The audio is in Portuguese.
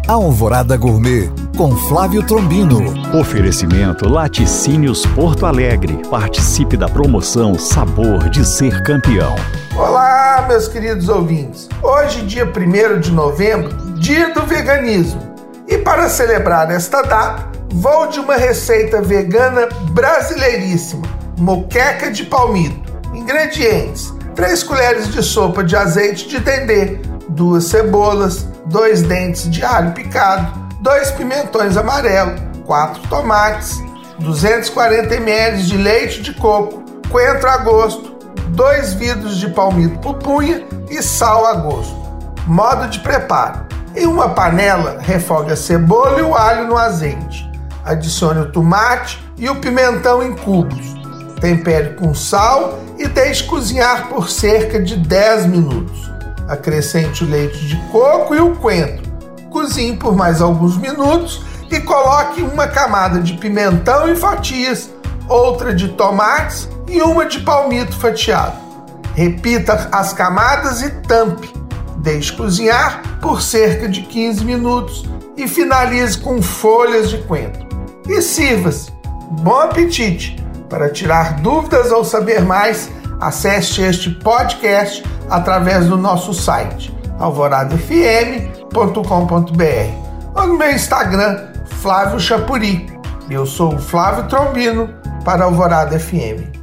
Alvorada Gourmet, com Flávio Trombino. Oferecimento Laticínios Porto Alegre. Participe da promoção Sabor de Ser Campeão. Olá, meus queridos ouvintes. Hoje, dia 1º de novembro, dia do veganismo. E para celebrar esta data, vou de uma receita vegana brasileiríssima, moqueca de palmito. Ingredientes: 3 colheres de sopa de azeite de dendê, 2 cebolas, 2 dentes de alho picado, 2 pimentões amarelos, 4 tomates, 240 ml de leite de coco, coentro a gosto, 2 vidros de palmito pupunha e sal a gosto. Modo de preparo: em uma panela, refogue a cebola e o alho no azeite. Adicione o tomate e o pimentão em cubos. Tempere com sal e deixe cozinhar por cerca de 10 minutos. Acrescente o leite de coco e o coentro. Cozinhe por mais alguns minutos e coloque uma camada de pimentão em fatias, outra de tomates e uma de palmito fatiado. Repita as camadas e tampe. Deixe cozinhar por cerca de 15 minutos e finalize com folhas de coentro. E sirva-se. Bom apetite! Para tirar dúvidas ou saber mais, acesse este podcast através do nosso site alvoradafm.com.br ou no meu Instagram, Flávio Chapuri. Eu sou o Flávio Trombino para Alvorada FM.